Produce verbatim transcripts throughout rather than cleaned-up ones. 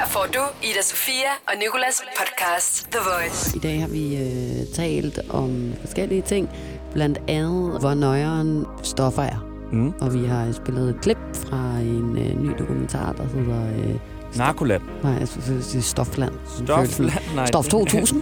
Her får du Ida Sofia og Nicolas podcast The Voice. I dag har vi øh, talt om forskellige ting, blandt andet hvor nøjeren stoffer er. Mm. Og vi har spillet et klip fra en øh, ny dokumentar, der hedder... Øh, Narkoland. Nej, jeg skulle sige Stofland. Stofland? Nej. Stof to tusind.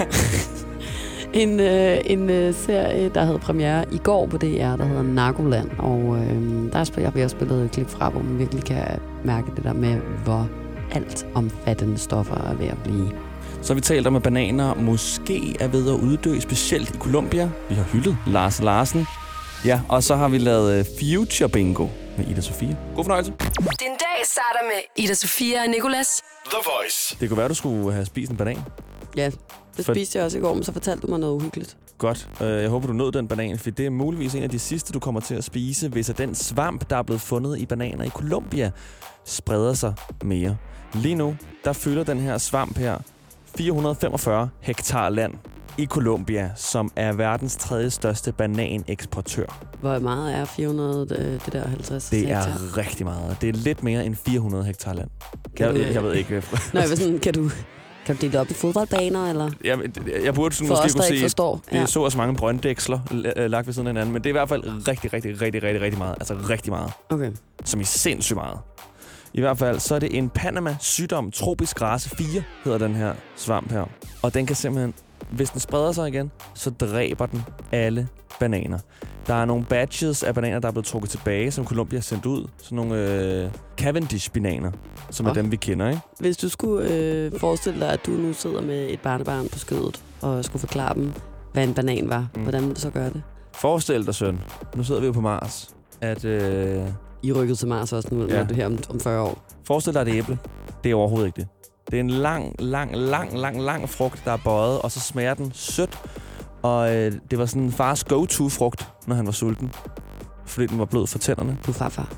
en øh, en øh, serie, der havde premiere i går på D R, der hedder Narkoland. Og øh, der har vi også spillet et klip fra, hvor man virkelig kan mærke det der med, hvor alt omfattende stoffer er ved at blive. Så har vi talt om, at bananer måske er ved at uddø, specielt i Colombia. Vi har hyldet Lars Larsen. Ja, og så har vi lavet Future Bingo med Ida Sofia. God fornøjelse. Din dag starter med Ida Sofia og Nicolas. The Voice. Det kunne være, du skulle have spist en banan. Ja, det For... spiste jeg også i går, men så fortalte du mig noget uhyggeligt. Godt. Jeg håber, du nåede den banan, for det er muligvis en af de sidste, du kommer til at spise, hvis at den svamp, der er blevet fundet i bananer i Colombia, spreder sig mere. Lige nu, der fylder den her svamp her fire hundrede femogfyrre hektar land i Colombia, som er verdens tredje største bananeksportør. Hvor meget er fire hundrede, det, det der halvtreds Det hektar? er rigtig meget. Det er lidt mere end fire hundrede hektar land. Jeg, du, jeg, jeg ved ikke. Nå, jeg sådan, kan du... Kan du dele det op i fodboldbaner, eller? Jeg, jeg burde sådan For måske os, der kunne ikke sige, forstår. det er Ja. så og så mange brønddæksler lagt ved siden af hinanden, men det er i hvert fald rigtig, rigtig, rigtig, rigtig, rigtig meget. Altså rigtig meget. Okay. Som i sindssygt meget. I hvert fald, så er det en Panama-sygdom, tropisk race fire, hedder den her svamp her. Og den kan simpelthen, hvis den spreder sig igen, så dræber den alle bananer. Der er nogle batches af bananer, der er blevet trukket tilbage, som Colombia har sendt ud. Sådan nogle øh, Cavendish-bananer, som oh. er dem, vi kender, ikke? Hvis du skulle øh, forestille dig, at du nu sidder med et barnebarn på skødet, og skulle forklare dem, hvad en banan var, mm. hvordan ville du så gøre det? Forestil dig, søn. Nu sidder vi jo på Mars. At, øh... I rykket til Mars også nu, ja. Det her om, om fyrre år. Forestil dig et æble. Det er overhovedet ikke det. Det er en lang, lang, lang, lang, lang frugt, der er bøjet, og så smager den sødt. Og øh, det var sådan en fars go-to-frugt, når han var sulten. Fordi den var blød for tænderne. Du er farfar.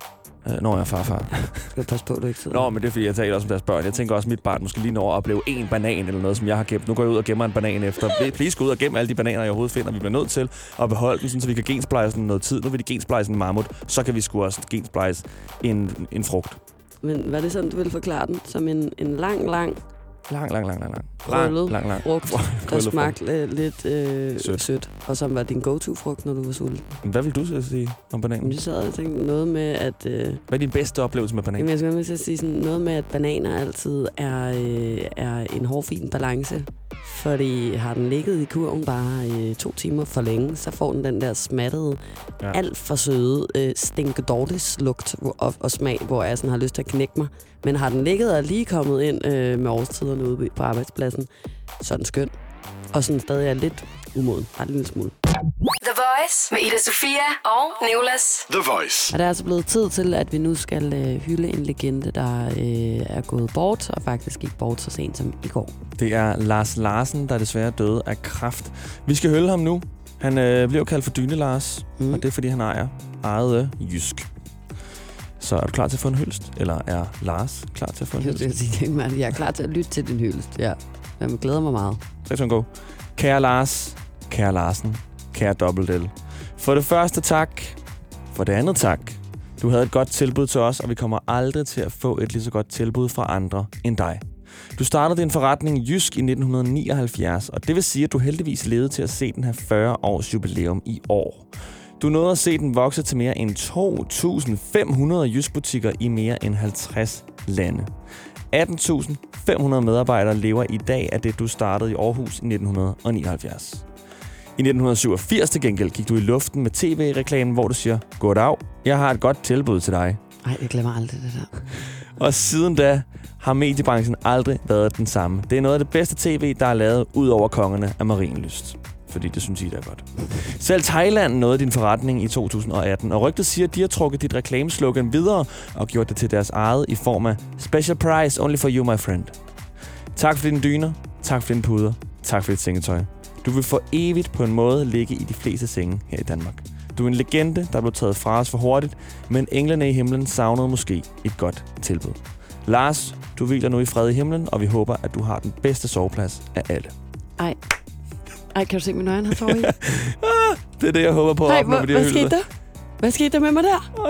Øh, når jeg er farfar. Skal passe på, du ikke sidder. Nå, men det er fordi, jeg taler også om deres børn. Jeg tænker også, at mit barn måske lige når at opleve en banan eller noget, som jeg har gemt. Nu går jeg ud og gemmer en banan efter. Please gå ud og gemme alle de bananer, jeg overhovedet finder. Vi bliver nødt til at beholde den, så vi kan gensplice den noget tid. Nu vil de gensplice en mammut. Så kan vi sgu også gensplice en, en frugt. Men var det sådan, du ville forklare den? Som en, en lang, lang... Lang, lang, lang, lang, lang. Krøllet lang, lang. frugt, der smagte lidt øh, sødt. sødt. Og som var din go-to-frugt, når du var sulten. Hvad vil du så sige om bananen? Jeg sad og tænkte noget med, at... Øh, Hvad er din bedste oplevelse med bananen? Jamen, jeg skal med til at sige sådan noget med, at bananer altid er, øh, er en hårfin balance. Fordi har den ligget i kurven bare øh, to timer for længe, så får den den der smattede, ja. alt for søde øh, stinkedortis-lugt og, og smag, hvor jeg sådan har lyst til at knække mig. Men har den ligget og lige kommet ind øh, med årstiderne ude på arbejdspladsen, så er den skøn. Og sådan stadig er lidt umoden. Bare en lille smule. The Voice med Ida Sofia og Nicolas. The Voice. Og det er altså blevet tid til, at vi nu skal øh, hylde en legende, der øh, er gået bort, og faktisk gik bort så sent som i går. Det er Lars Larsen, der desværre døde af kræft. Vi skal hylde ham nu. Han øh, bliver jo kaldt for Dyne Lars, mm. og det er, fordi han ejer eget øh, jysk. Så er du klar til at få en hyldest? Eller er Lars klar til at få en hyldest? Jeg, sige, jeg er klar til at lytte til din hyldest, ja. Jeg glæder mig meget. tre, to, et, go. Kære Lars, kære Larsen, kære Dobbelt L. For det første tak. For det andet tak. Du havde et godt tilbud til os, og vi kommer aldrig til at få et lige så godt tilbud fra andre end dig. Du startede din forretning Jysk i nitten nioghalvfjerds, og det vil sige, at du heldigvis levede til at se den her fyrre års jubilæum i år. Du nåede at se den vokse til mere end to tusind fem hundrede Jysk-butikker i mere end halvtreds lande. atten tusind fem hundrede medarbejdere lever i dag af det, du startede i Aarhus i nitten nioghalvfjerds. I nitten syvogfirs til gengæld gik du i luften med tv-reklamen, hvor du siger, goddag, jeg har et godt tilbud til dig. Nej, jeg glemmer aldrig det der. Og siden da har mediebranchen aldrig været den samme. Det er noget af det bedste tv, der er lavet ud over kongerne af Marienlyst. Fordi det synes I, det er godt. Selv Thailand nåede din forretning i to tusind atten, og rygtet siger, at de har trukket dit reklameslogan videre og gjort det til deres eget i form af Special Price Only for You, my friend. Tak for dine dyner, tak for dine puder, tak for dit sengetøj. Du vil for evigt på en måde ligge i de fleste senge her i Danmark. Du er en legende, der blev taget fra os for hurtigt, men englene i himlen savnede måske et godt tilbud. Lars, du hviler nu i fred i himlen, og vi håber, at du har den bedste soveplads af alle. Ej. Ej, kan du se min øjne har sovet i? Det er det, jeg håber på at opnå med de her hylder. Hvad skete der? Hvad skete der med mig der?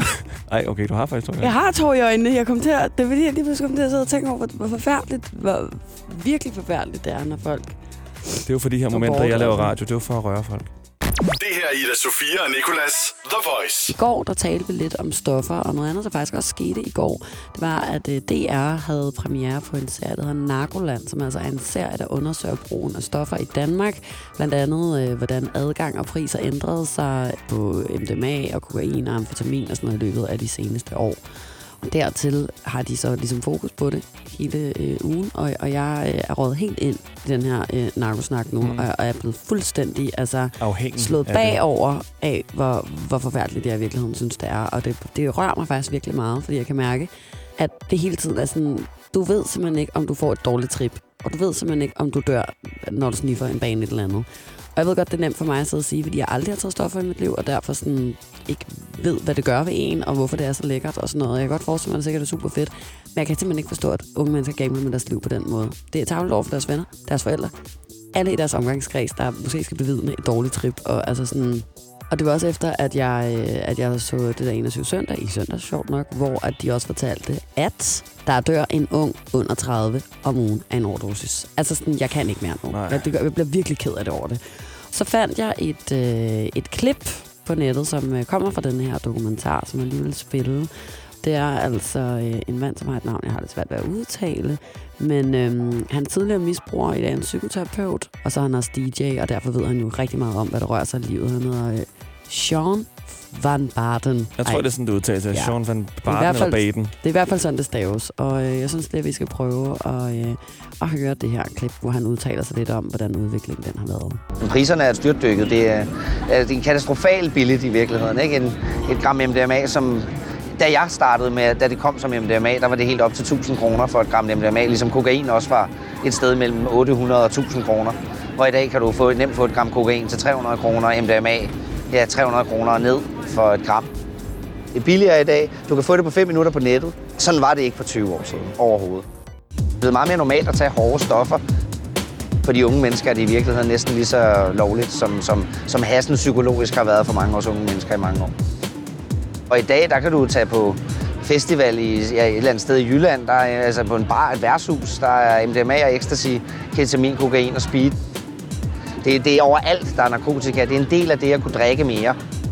Ej, okay, du har faktisk to i øjnene. Jeg har tår i øjnene. Jeg kom til at, det er fordi, jeg lige pludselig kom til at sidde og tænke over, hvor, hvor forfærdeligt, hvor virkelig forfærdeligt det er, når folk... Det er jo for de her momenter, jeg laver radio. Det er jo for at røre folk. Det her er Ida Sofia og Nicolas, The Voice. I går, der talte vi lidt om stoffer, og noget andet, der faktisk også skete i går, det var, at D R havde premiere på en serie, der hedder Narkoland, som altså er en serie, der undersøger brugen af stoffer i Danmark. Blandt andet, øh, hvordan adgang og priser ændrede sig på M D M A og kokain og amfetamin og sådan noget i løbet af de seneste år. Og dertil har de så ligesom fokus på det hele øh, ugen, og, og jeg øh, er rådet helt ind i den her øh, narkosnak nu, mm. og, og er blevet fuldstændig altså, slået bagover af, hvor, hvor forfærdeligt det jeg i virkeligheden synes, det er. Og det, det rører mig faktisk virkelig meget, fordi jeg kan mærke, at det hele tiden er sådan, du ved simpelthen ikke, om du får et dårligt trip, og du ved simpelthen ikke, om du dør, når du sniffer en bane et eller andet. Og jeg ved godt, det er nemt for mig at sidde og sige, fordi jeg aldrig har taget stoffer i mit liv, og derfor sådan ikke ved, hvad det gør ved en, og hvorfor det er så lækkert og sådan noget. Jeg kan godt forestille mig, at det sikkert er super fedt, men jeg kan simpelthen ikke forstå, at unge mennesker gambler med deres liv på den måde. Det er tarveligt over for deres venner, deres forældre, alle i deres omgangskreds, der måske skal bevidne et dårligt trip, og altså sådan... Og det var også efter, at jeg, at jeg så det der enogtyvende søndag, i søndag sjovt nok, hvor at de også fortalte, at der dør en ung under tredive om ugen af en overdosis. Altså sådan, jeg kan ikke mere nu. Jeg, jeg bliver virkelig ked af det over det. Så fandt jeg et, øh, et klip på nettet, som øh, kommer fra den her dokumentar, som jeg lige vil spille. Det er altså øh, en mand, som har et navn, jeg har lidt svært ved at udtale. Men øh, han er tidligere misbruger, i dag en psykoterapeut, og så er han også D J, og derfor ved han jo rigtig meget om, hvad der rører sig i livet. Han hedder øh, Sean Van Baden. Jeg tror, Ej. det er sådan, det udtaler sig. Ja. Sean Van Baden eller Baden. Det er i hvert fald sådan, det staves. Og øh, jeg synes, det er, vi skal prøve at, øh, at høre det her klip, hvor han udtaler sig lidt om, hvordan udviklingen den har været. Priserne er styrtdykket. Det er, det er en katastrofal billigt i virkeligheden. Ikke? En, et gram M D M A, som... Da jeg startede med, da det kom som M D M A, der var det helt op til tusind kroner for et gram M D M A, ligesom kokain også var et sted mellem otte hundrede og tusind kroner. Hvor i dag kan du få, nemt få et gram kokain til tre hundrede kroner, M D M A, ja, tre hundrede kroner ned for et gram. Det er billigere i dag. Du kan få det på fem minutter på nettet. Sådan var det ikke for tyve år siden overhovedet. Det er blevet meget mere normalt at tage hårde stoffer. For de unge mennesker er det i virkeligheden næsten lige så lovligt, som, som, som hassen psykologisk har været for mange års unge mennesker i mange år. Og i dag, der kan du tage på festival i ja, et eller andet sted i Jylland. Der er altså på en bar, et værtshus. Der er M D M A og ecstasy, ketamin, kokain og speed. Det, det er overalt, der er narkotika. Det er en del af det at kunne drikke mere.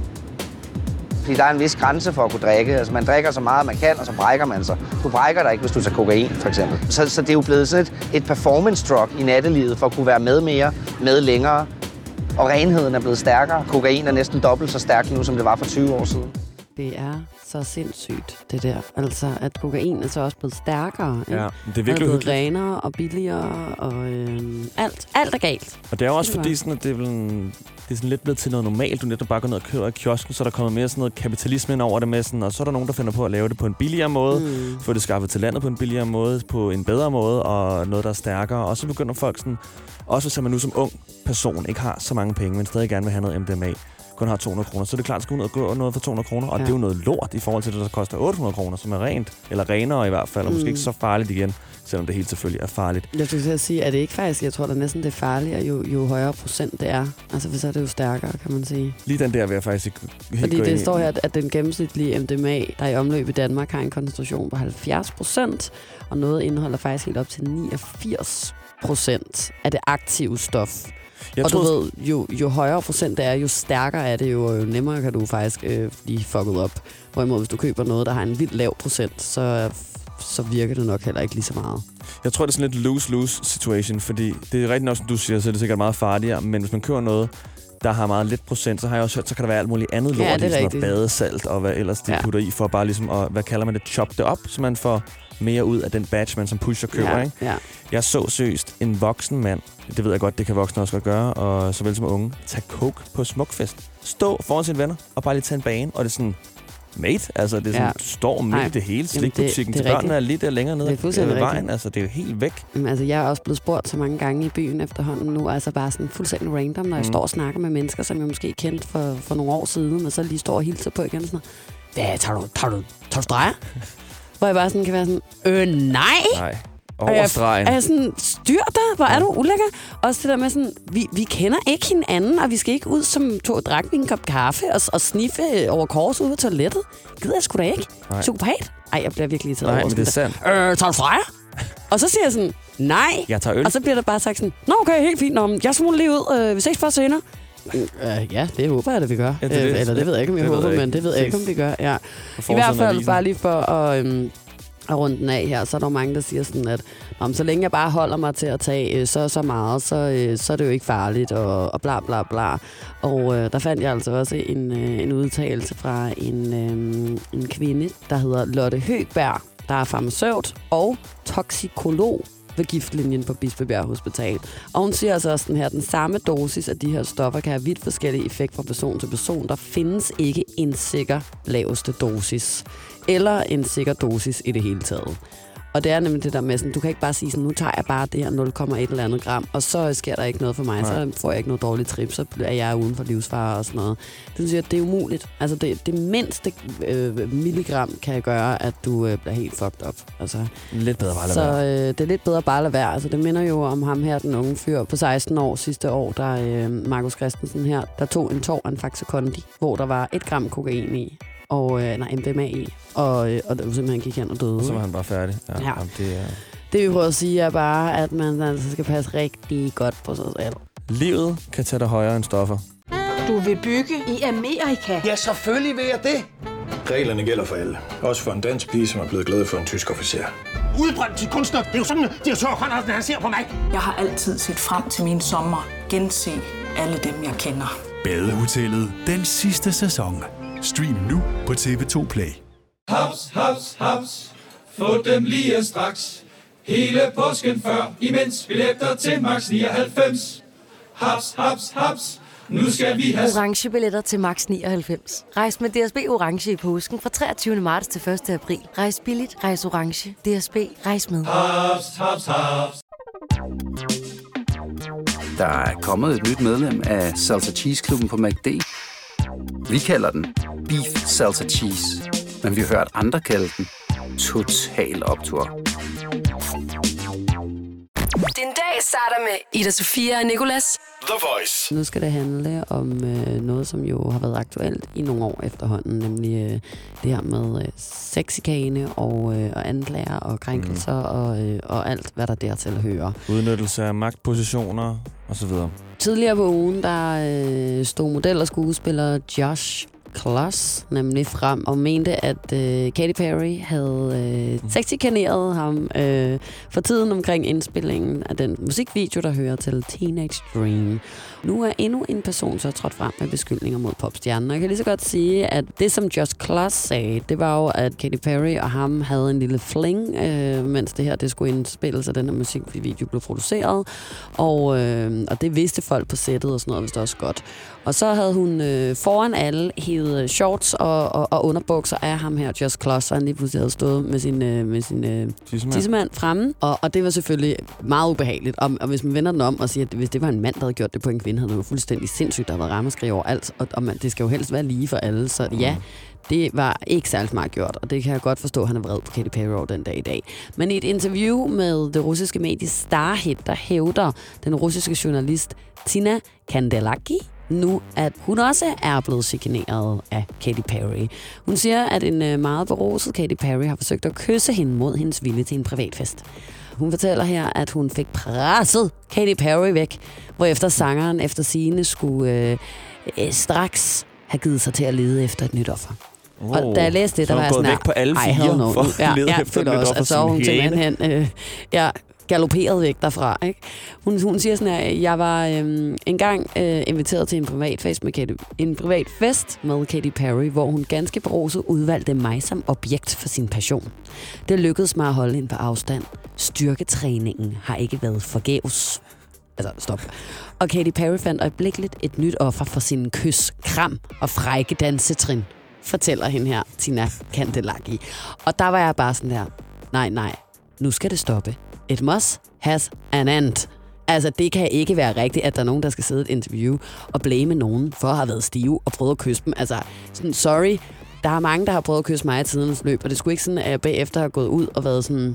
Fordi der er en vis grænse for at kunne drikke. Altså man drikker så meget, man kan, og så brækker man sig. Du brækker dig ikke, hvis du tager kokain, for eksempel. Så, så det er jo blevet sådan et, et performance drug i nattelivet for at kunne være med mere, med længere. Og renheden er blevet stærkere. Kokain er næsten dobbelt så stærk nu, som det var for tyve år siden. Det er så sindssygt, det der. Altså, at kokain er så også blevet stærkere. Ja, det er virkelig hyggeligt. hyggeligt. Renere og billigere, og øh, alt, alt er galt. Og det er jo også fordi, sådan, at det er, vel en, det er sådan lidt blevet til noget normalt. Du netop bare går ned og køber i kiosken, så er der kommet mere sådan noget kapitalisme ind over det med. Sådan, og så er der nogen, der finder på at lave det på en billigere måde. Mm. Få det skaffet til landet på en billigere måde, på en bedre måde, og noget, der er stærkere. Og så begynder folk sådan, også hvis man nu som ung person ikke har så mange penge, men stadig gerne vil have noget M D M A, kun har to hundrede kroner, så er det klart, at skal ud og gå noget for to hundrede kroner, og ja. Det er jo noget lort i forhold til det, der koster otte hundrede kroner, som er rent, eller renere i hvert fald, og mm. måske ikke så farligt igen, selvom det helt selvfølgelig er farligt. Jeg skulle til at sige, at det ikke faktisk, jeg tror, der næsten det er farligere, jo, jo højere procent det er. Altså, for så er det jo stærkere, kan man sige. Lige den der vil jeg faktisk ikke helt Fordi gå det ind. står her, at den gennemsnitlige M D M A, der er i omløb i Danmark, har en koncentration på halvfjerds procent, og noget indeholder faktisk helt op til niogfirs procent af det aktive stof. Jeg og troede... du ved, jo, jo højere procent det er, jo stærkere er det jo, og jo nemmere kan du faktisk øh, blive fucket op. Hvorimod, hvis du køber noget, der har en vildt lav procent, så, så virker det nok heller ikke lige så meget. Jeg tror, det er sådan lidt lose-lose situation, fordi det er rigtig nok, som du siger, så er det sikkert meget farligere, men hvis man køber noget, der har meget lidt procent, så har jeg også hørt, så kan der være alt muligt andet lort, ja, i sådan noget badesalt og hvad ellers de ja. putter i, for bare ligesom at, hvad kalder man det, chop det op, så man får mere ud af den batch, man som pusher køber, ja, ikke? Ja. Jeg så seriøst en voksen mand, det ved jeg godt, det kan voksne også godt gøre, og såvel som unge, tage coke på smukfest. Stå foran sine venner og bare lige tage en bane, og det er sådan, mate, altså det er sådan, ja. du står midt i det hele slikbutikken, til børnene er lige der længere nede af vejen, altså det er jo helt væk. Jamen, altså jeg er også blevet spurgt så mange gange i byen efterhånden nu, altså bare sådan fuldstændig random, når mm. jeg står og snakker med mennesker, som jeg måske kendte for, for nogle år siden, og så lige står og hilser på igen og sådan noget. Hvad, tager du, tager du, tager du streger? Hvor jeg bare sådan kan være sådan, øh, nej! Nej. Over stregen. Og jeg, jeg sådan, styr dig, hvor er du ulækker. Også det der med sådan, vi, vi kender ikke hinanden, og vi skal ikke ud som to drak vi en kop kaffe og, og sniffe over kors ude på toilettet. Gider jeg sgu da ikke. Nej. Psykopat. Ej, jeg bliver virkelig irriteret over. Nej, men det er sandt. Øh, tager du fra jer? Og så siger jeg sådan, nej. Jeg tager øl. Og så bliver der bare sagt sådan, nå okay, helt fint, nå, jeg smuler lige ud, øh, vi ses først senere. Uh, ja, det håber jeg, at vi gør. Ja, det, uh, eller det ved jeg ikke, om jeg det håber, jeg men det ved jeg ikke, om vi gør. Ja. I hvert fald bare lige for at, øhm, at runde den af her, så er der mange, der siger sådan, at om, så længe jeg bare holder mig til at tage øh, så så meget, så, øh, så er det jo ikke farligt, og, og bla bla bla. Og øh, der fandt jeg altså også en, øh, en udtalelse fra en, øh, en kvinde, der hedder Lotte Høgberg, der er farmaceut og toksikolog ved giftlinjen på Bispebjerg Hospital. Og hun siger altså også den her, den samme dosis af de her stoffer kan have vidt forskellige effekt fra person til person. Der findes ikke en sikker laveste dosis, eller en sikker dosis i det hele taget. Og det er nemlig det der med, sådan, du kan ikke bare sige sådan, nu tager jeg bare det her nul komma et eller andet gram, og så sker der ikke noget for mig, Nej. Så får jeg ikke noget dårligt trip, så er jeg uden for livsfare og sådan noget. Det siger, at det er umuligt. Altså det, det mindste øh, milligram kan gøre, at du øh, bliver helt fucked up. Altså, lidt bedre bare at så lade være. øh, det er lidt bedre bare at lade være. Altså det minder jo om ham her, den unge fyr på seksten år sidste år, der øh, Markus Christensen her, der tog en tår af en Faxe Kondi, hvor der var et gram kokain i. Og øh, nej, M D M A i. Og, øh, og det var simpelthen gik hen og døde. Og så var han bare færdig. Ja, ja. Jamen, det, er... det vi prøver at sige er bare, at man altså skal passe rigtig godt på sig selv. Livet kan tage dig højere end stoffer. Du vil bygge i Amerika? Ja, selvfølgelig vil jeg det. Reglerne gælder for alle. Også for en dansk pige, som er blevet glad for en tysk officer. Udbrændt til kunstner. Det er jo sådan, at direktør Conradsen, han ser på mig. Jeg har altid set frem til min sommer. Gense alle dem, jeg kender. Badehotellet. Den sidste sæson. Stream nu på T V to Play. Haps, haps, haps. Få dem lige straks. Hele påsken før, imens billetter til max nioghalvfems. Haps, haps, haps. Nu skal vi have orange billetter til max nioghalvfems. Rejs med D S B Orange i påsken fra treogtyvende marts til første april. Rejs billigt, rejs orange. D S B, rejs med. Haps, haps, haps. Der er kommet et nyt medlem af Salsa Cheese Klubben på McD. Vi kalder den Beef Salsa Cheese, men vi har hørt andre kalde den Total Optur. Din dag starter med Ida Sofia og Nicolas. The Voice. Nu skal det handle om øh, noget, som jo har været aktuelt i nogle år efterhånden, nemlig øh, det her med øh, sexikane og, øh, og anklager og krænkelser mm. og, øh, og alt, hvad der dertil hører. Udnyttelse af magtpositioner osv. Tidligere på ugen, der øh, stod model og skuespiller Josh Kloss nemlig frem og mente, at øh, Katy Perry havde øh, sexikaneret ham øh, for tiden omkring indspillingen af den musikvideo, der hører til Teenage Dream. Nu er endnu en person så trådt frem med beskyldninger mod popstjernen. Og jeg kan lige så godt sige, at det, som Josh Kloss sagde, det var jo, at Katy Perry og ham havde en lille fling, øh, mens det her det skulle indspilles, og den her musikvideo blev produceret. Og, øh, og det vidste folk på sættet og sådan noget, hvis det også godt. Og så havde hun øh, foran alle hævet shorts og, og, og underbukser af ham her, Josh Kloss, og han lige pludselig havde stået med sin, øh, med sin øh, tissemand fremme. Og, og det var selvfølgelig meget ubehageligt. Og, og hvis man vender den om og siger, at hvis det var en mand, der havde gjort det på en kvinde, havde det jo fuldstændig sindssygt, der havde været ramaskrig over alt. Og, og man, det skal jo helst være lige for alle. Så ja, det var ikke særlig smart gjort, og det kan jeg godt forstå, at han er vred på Katy Perry over den dag i dag. Men i et interview med det russiske medie Starhit, der hævder den russiske journalist Tina Kandelaki nu, at hun også er blevet chikaneret af Katy Perry. Hun siger, at en meget beruset Katy Perry har forsøgt at kysse hende mod hendes vilje til en privatfest. Hun fortæller her, at hun fik presset Katy Perry væk, hvorefter sangeren efter sigende skulle øh, øh, straks have givet sig til at lede efter et nyt offer. Oh, og da jeg læste det, der var jeg sådan, væk på alle fire for at ja, lede ja, efter et nyt også, offer, at så hun simpelthen øh, ja, galoperet væk derfra. Ikke? Hun, hun siger sådan her, jeg var øh, engang øh, inviteret til en privat fest med Katy, en privat fest med Katy Perry, hvor hun ganske beruset udvalgte mig som objekt for sin passion. Det lykkedes mig at holde hende på afstand. Styrketræningen har ikke været forgæves. Altså, stop. Og Katy Perry fandt øjeblikkeligt et nyt offer for sin kys, kram og frække dansetrin, fortæller hende her, Tina Kandelaki. Og der var jeg bare sådan der, nej, nej, nu skal det stoppe. It must has an end. Altså, det kan ikke være rigtigt, at der er nogen, der skal sidde et interview og blame nogen for at have været stive og prøvet at kysse dem. Altså, sådan, sorry, der er mange, der har prøvet at kysse mig i tidens løb, og det skulle ikke sådan, at jeg bagefter har gået ud og været sådan,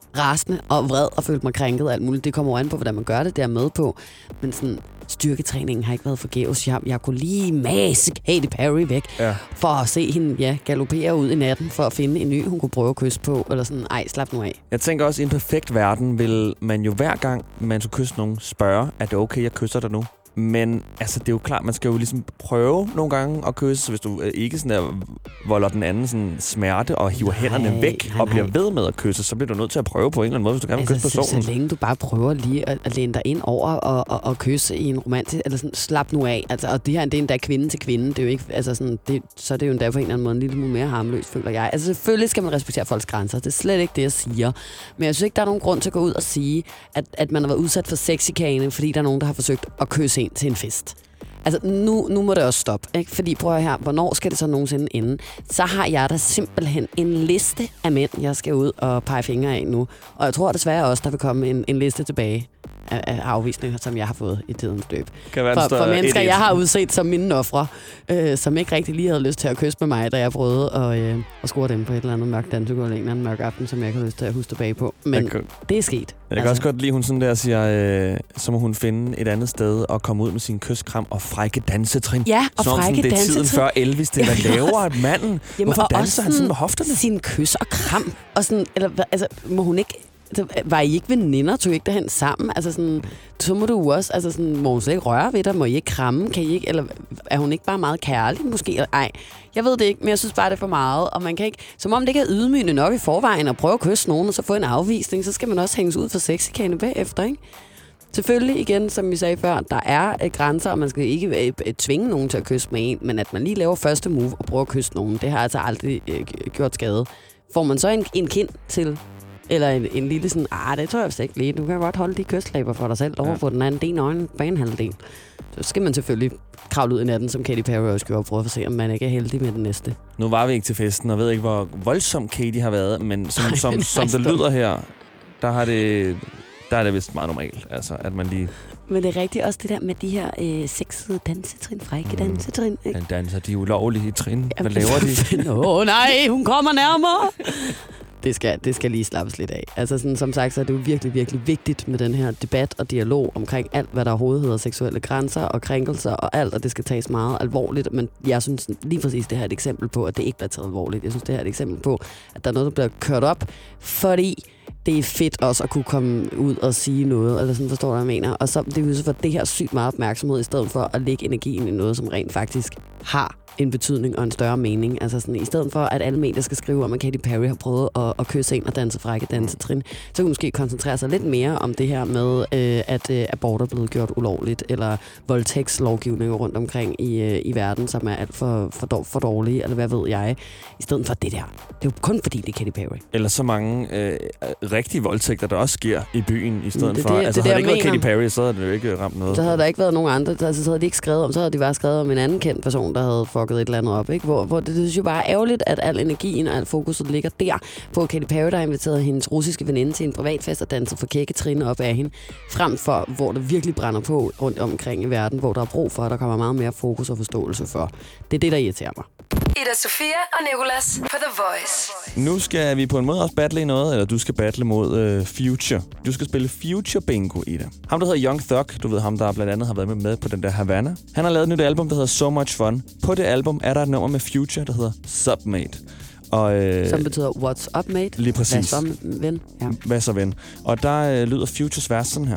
rasende og vred og følte mig krænket og alt muligt. Det kommer an på, hvordan man gør det, det er med på. Men sådan, styrketræningen har ikke været forgæves. Jeg, jeg kunne lige mase Katy Perry væk, ja. For at se hende ja, galopere ud i natten, for at finde en ny, hun kunne prøve at kysse på. Eller sådan, ej, slap nu af. Jeg tænker også, i en perfekt verden vil man jo hver gang, man skulle kysse nogen, spørge, er det okay, jeg kysser dig nu? Men altså, det er jo klart, man skal jo ligesom prøve nogle gange at kysse, så hvis du ikke sådan der, volder den anden sådan smerte og hiver nej, hænderne væk nej, og bliver nej. ved med at kysse, så bliver du nødt til at prøve på en eller anden måde, hvis du gerne vil altså, kysse personen. Så, så længe du bare prøver lige at, at læne dig ind over og, og, og kysse i en romantisk, eller sådan, slap nu af. Altså, og det her, det er endda kvinde til kvinde, det er jo ikke, altså sådan, det, så er det jo endda på en eller anden måde en lille smule mere harmløst, føler jeg. Altså selvfølgelig skal man respektere folks grænser, det er slet ikke det, jeg siger. Men jeg synes ikke, der er nogen grund til at gå ud og sige, at, at man har været udsat for sexchikane, fordi der er nogen, der har forsøgt at kysse en til en fest. Altså, nu, nu må det også stoppe, ikke? Fordi prøv at her, hvornår skal det så nogensinde ende? Så har jeg da simpelthen en liste af mænd, jeg skal ud og pege fingre af nu. Og jeg tror desværre også, der vil komme en, en liste tilbage af, af afvisninger, som jeg har fået i tidens løb. For, for mennesker, jeg har udset som mine ofre, øh, som ikke rigtig lige havde lyst til at kysse med mig, da jeg prøvede at, øh, at score dem på et eller andet mørkt dansegulv en eller anden mørk aften, som jeg ikke har lyst til at huske tilbage på. Men kan, det er sket. Jeg kan altså. også godt lide, hun sådan der siger, øh, så må hun finde et andet sted og komme ud med sin kyskram og frække dansetrin. Ja, og sådan, frække sådan, det er tiden før Elvis, det der laver manden. Jamen, hvorfor danser han sådan med hofterne? Sin kys og kram. Og sådan, eller, altså, må hun ikke... Altså, var I ikke veninder? Tog I ikke derhen sammen? Altså sådan, så må du også, altså sådan, må hun slet ikke røre ved dig? Må I ikke kramme? Kan I ikke? Eller er hun ikke bare meget kærlig måske? Ej, jeg ved det ikke, men jeg synes bare, det er for meget. Og man kan ikke, som om det ikke er ydmygende nok i forvejen at prøve at kysse nogen, og så få en afvisning, så skal man også hænges ud for sexchikane bagefter, ikke? Selvfølgelig igen, som vi sagde før, der er øh, grænser, og man skal ikke øh, øh, tvinge nogen til at kysse med en, men at man lige laver første move og prøver at kysse nogen, det har altså aldrig øh, gjort skade. Får man så en, en kind til, eller en, en lille sådan, ah, det tror jeg vist ikke lige, du kan godt holde de kyslæber for dig selv over på ja. den anden, den øjne, banehalvdel. Så skal man selvfølgelig kravle ud i natten, som Katy Perry også gjorde, og prøve at se, om man ikke er heldig med den næste. Nu var vi ikke til festen, og ved ikke, hvor voldsom Katy har været, men som, som, som det lyder her, der har det... Der er det vist meget normalt, altså, at man lige... Men det er rigtigt også det der med de her øh, sexede dansetrin, frække mm. dansetrin, ikke? Den danser de ulovlige trin. Hvad laver de? Åh oh, nej, hun kommer nærmere! Det skal, det skal lige slappes lidt af. Altså sådan, som sagt, så er det jo virkelig, virkelig vigtigt med den her debat og dialog omkring alt, hvad der overhovedet hedder seksuelle grænser og krænkelser og alt, og det skal tages meget alvorligt. Men jeg synes lige præcis, det her er et eksempel på, at det ikke bliver taget alvorligt. Jeg synes, det her er et eksempel på, at der er noget, der bliver kørt op, fordi det er fedt også at kunne komme ud og sige noget, eller sådan forstår du, hvad jeg mener. Og så det er jo så for det her sygt meget opmærksomhed, i stedet for at lægge energien i noget, som rent faktisk har en betydning og en større mening. Altså sådan, i stedet for, at alle medier skal skrive om, at Katy Perry har prøvet at, at kysse en og danse frække dansetrin, så kan man måske koncentrere sig lidt mere om det her med, øh, at øh, abort er blevet gjort ulovligt, eller voldtægtslovgivninger rundt omkring i, øh, i verden, som er alt for, for, for dårlige, eller hvad ved jeg, i stedet for det der. Det er jo kun fordi, det er Katy Perry. Eller så mange øh, rigtige voldtægter, der også sker i byen, i stedet det, for... Det, altså, det, havde det det ikke været Katy Perry, så havde det jo ikke ramt noget. Så havde der ikke været nogen andre, altså, så havde de ikke skrevet om, så havde de bare skrevet om en anden kendt person, der havde fucket et eller andet op, ikke? Hvor, hvor det, det synes jo bare er ærgerligt, at al energien og al fokuset ligger der på Katy Perry, der har inviteret hendes russiske veninde til en privatfest og danser for kækketrine op af hende, frem for, hvor det virkelig brænder på rundt omkring i verden, hvor der er brug for, at der kommer meget mere fokus og forståelse for. Det er det, der irriterer mig. Ida Sofia og Nicolas på The Voice. Nu skal vi på en måde også battle i noget, eller du skal battle mod uh, Future. Du skal spille Future Bingo, Ida. Ham, der hedder Young Thug, du ved ham, der blandt andet har været med, med på den der Havana. Han har lavet et nyt album, der hedder So Much Fun. På det album er der et nummer med Future, der hedder Submate. Og, øh, som betyder What's Up, mate? Lige præcis. Hvad så, ven? Ja. Hvad så, ven? Og der øh, lyder Futures vers sådan her.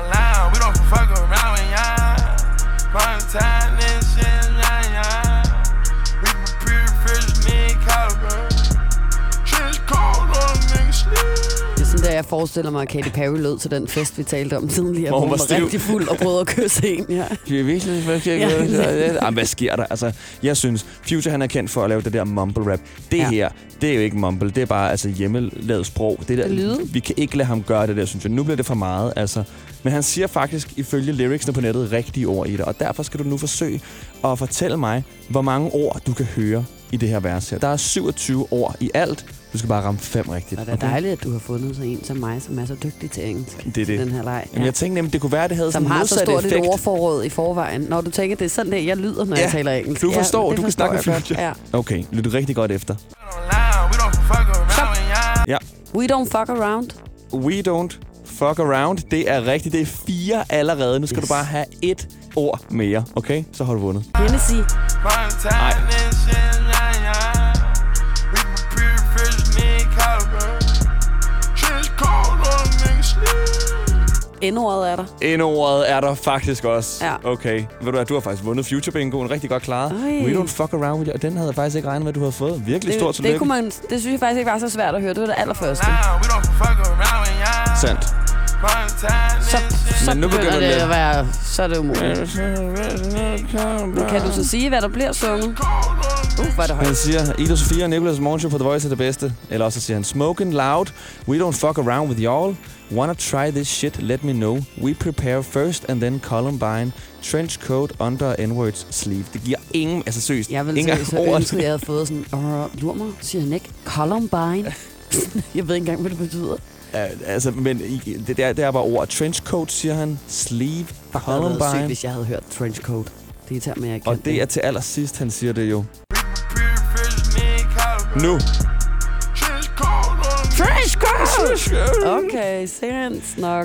Sådan der, jeg forestiller mig, at Katy Perry lød til den fest, vi talte om tidligere, hvor hun var, var rigtig fuld og prøvede at kysse en. Ja. Jamen, hvad sker der? Altså, jeg synes, Future han er kendt for at lave det der mumble rap. Det ja. her, det er jo ikke mumble, det er bare altså, hjemmelavet sprog. Det der, det vi kan ikke lade ham gøre det der, synes jeg. Nu bliver det for meget, altså. Men han siger faktisk, ifølge lyricsene på nettet, rigtige ord i det. Og derfor skal du nu forsøge at fortælle mig, hvor mange ord du kan høre i det her vers her. Der er syvogtyve ord i alt. Du skal bare ramme fem rigtigt. Og det er okay. Dejligt, at du har fundet så en som mig, som er så dygtig til engelsk. Det er det. Den her leg. Jamen, jeg tænkte nemlig, det kunne være, at det havde som sådan en modsatte effekt. Som har så stort et ordforråd i forvejen. Når du tænker, det er sådan, det jeg lyder, når ja, jeg taler engelsk. Du forstår, ja, du kan snakke med Future. Ja. Okay, lyt rigtig godt efter. Ja. We don't fuck around. We Don't Fuck Around. Det er rigtigt. Det er fire allerede. Nu skal yes. du bare have et ord mere, okay? Så har du vundet. Hennessy. Nej. N-ordet er der. N-ordet er der faktisk også. Ja. Okay. Ved du hvad, du har faktisk vundet Future Bingoen. Rigtig godt klaret. Ej. We Don't Fuck Around with you. Og den havde jeg faktisk ikke regnet med, at du havde fået. Virkelig Det, stort tillykke. det, kunne man, det synes jeg faktisk ikke var så svært at høre. Det var det allerførste. Sandt. Så, så Men nu begynder begynder det det at være... Så er det umuligt. Nu kan du så sige, hvad der bliver sunget? Uh, hvor er det højt. Han siger, Ida Sofia og Nicolas Morgenshow på The Voice er det bedste. Eller også siger han, Smoking loud, we don't fuck around with y'all. Wanna try this shit, let me know. We prepare first and then Columbine. Trench coat under N-words sleeve. Det giver ingen, altså seriøst, jeg vil ingen så ord. ønske, jeg havde fået sådan, åh, lur mig, siger han ikke. Columbine. Jeg ved ikke engang, hvad det betyder. Ja, altså, men det der, det er bare ord. Trench coat, siger han. Sleeve. Columbine. Det havde sygt, hvis jeg havde hørt trench coat. Det er til med, jeg Og det er til allersidst, han siger det jo. Nu. Trench coat! Okay, seriøst nok.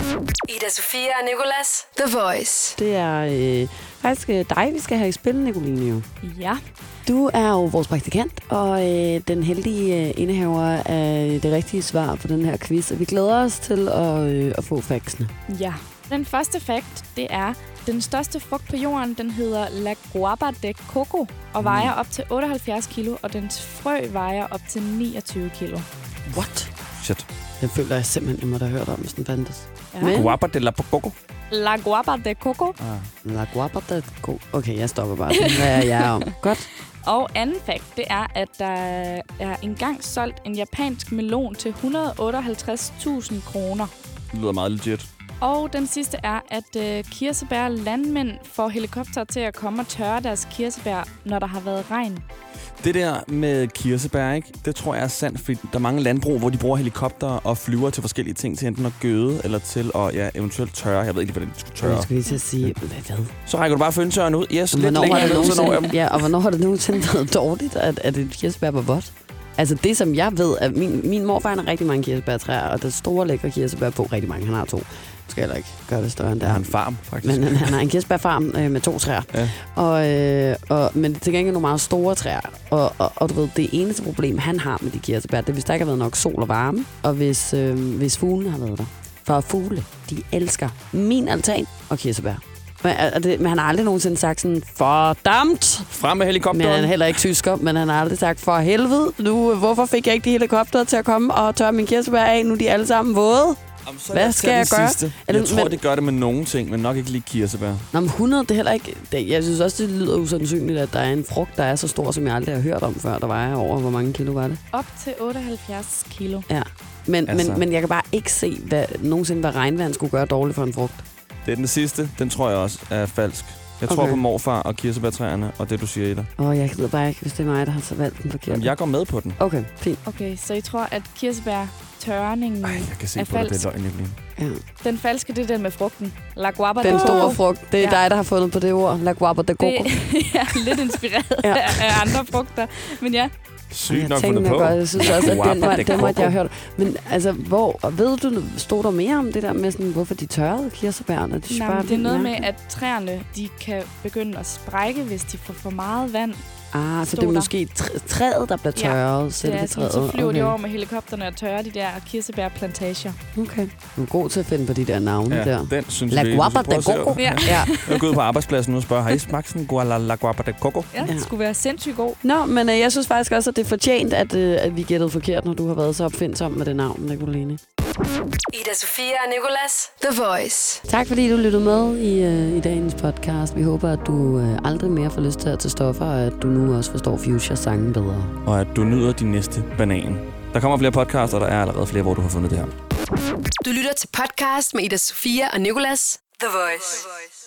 Ida Sofia og Nicolas, The Voice. Det er øh, faktisk dig, vi skal have i spil, Nicoline. Jo. Ja. Du er jo vores praktikant, og øh, den heldige øh, indehaver af det rigtige svar på den her quiz. Og vi glæder os til at, øh, at få factsene. Ja. Den første fact, det er, den største frugt på jorden, den hedder La Guava de Coco, og vejer op til otteoghalvfjerds kilo, og dens frø vejer op til niogtyve kilo. What? Shit. Den føler jeg simpelthen, jeg må da have hørt om, hvis den fandtes. Ja. Men? Guapa de la Coco. La Guava de Coco. Ah. La Guava de Coco. Okay, jeg stopper bare. Hvad er jeg om? Godt. Og anden fact, det er, at der er engang solgt en japansk melon til et hundrede og otteoghalvtreds tusind kroner. Det lyder meget legit. Og den sidste er, at øh, kirsebær landmænd får helikopter til at komme og tørre deres kirsebær, når der har været regn. Det der med kirsebær, ikke? Det tror jeg er sandt, fordi der er mange landbrug, hvor de bruger helikopter og flyver til forskellige ting, til enten at gøde eller til at ja, eventuelt tørre. Jeg ved ikke, hvordan de skulle tørre. Jeg skal lige til at sige, hvad? Så rækker du bare fyndtørren ud. Yes, lidt hvornår længere ned, så når jeg... Ja, og hvornår har det nogensinde været dårligt, at, at et kirsebær var vådt? Altså det, som jeg ved, at min, min morfar har rigtig mange kirsebærtræer, og der store lækre kirsebær på rigtig mange. Han har to. Jeg skal heller ikke gøre det større end det. Han har en farm, faktisk. Men han, han har en kirsebærfarm øh, med to træer. Ja. Og, øh, og, men til gengæld nogle meget store træer. Og, og, og du ved, det eneste problem, han har med de kirsebær, det er, hvis der ikke har været nok sol og varme, og hvis, øh, hvis fuglene har været der. For fugle, de elsker min altan og kirsebær. Men, det, men han har aldrig nogensinde sagt sådan, fordammt! Frem med helikopteren. Men han er heller ikke tysker, men han har aldrig sagt, for helvede, nu, hvorfor fik jeg ikke de helikopter til at komme og tørre min kirsebær af? Nu er de alle sammen våde. Jamen, så hvad jeg skal jeg gøre? Sidste. Jeg det, tror, men, det gør det med nogle ting, men nok ikke lige kirsebær. Nå, men hundrede, det er heller ikke... Det, jeg synes også, det lyder usandsynligt, at der er en frugt, der er så stor, som jeg aldrig har hørt om før. Der vejer over, hvor mange kilo var det? Op til otteoghalvfjerds kilo. Ja, men, altså. men, men jeg kan bare ikke se, hvad, nogensinde, hvad regnvand skulle gøre dårligt for en frugt. Det er den sidste. Den tror jeg også er falsk. Jeg tror okay. på morfar og kirsebærtræerne, og det, du siger i dig. Åh, oh, jeg gider bare ikke, hvis det er mig, der har så valgt den forkert. Jamen, jeg går med på den. Okay, fint. Okay, så I tror, at kirsebærtørningen Ej, jeg kan se er på falsk? Det, det er løgn, Evelyn. Ja. Den falske, det er den med frugten. La Guava den de store Coco. frugt. Det er ja. dig, der har fundet på det ord. La Guava de Coco. Det er lidt inspireret ja. af andre frugter. Men ja. Sygt nok fundet på. Godt. Jeg synes også, at den, var, den måtte jeg have hørt. Men altså, hvor, ved du, stod der mere om det der med, sådan, hvorfor de tørrede kirsebærne? De Nej, det er noget med, at træerne de kan begynde at sprække, hvis de får for meget vand. Ah, så det er der. Måske træet, der bliver tørret? Ja, det er sådan, så flyver okay. de over med helikopterne og tørrer de der kirsebærplantager. Okay. Du er god til at finde på de der navne ja, der. Den synes La vi. Guava de Coco. Ja. ja. Jeg går ud på arbejdspladsen nu og spørger, har I smagt sådan en La, La Guava de Coco? Ja, det skulle være sindssygt god. Nå, men øh, jeg synes faktisk også, at det er fortjent, at, øh, at vi gættede forkert, når du har været så opfindsom med det navn, Nicoline. Ida Sofia og Nicolas, The Voice. Tak fordi du lyttede med i, øh, i dagens podcast. Vi håber, at du øh, aldrig mere får lyst til at tage stoffer, og at du nu også forstår Future-sangen bedre. Og at du nyder din næste banan. Der kommer flere podcasts, og der er allerede flere, hvor du har fundet det her. Du lytter til podcast med Ida Sofia og Nicolas, The Voice.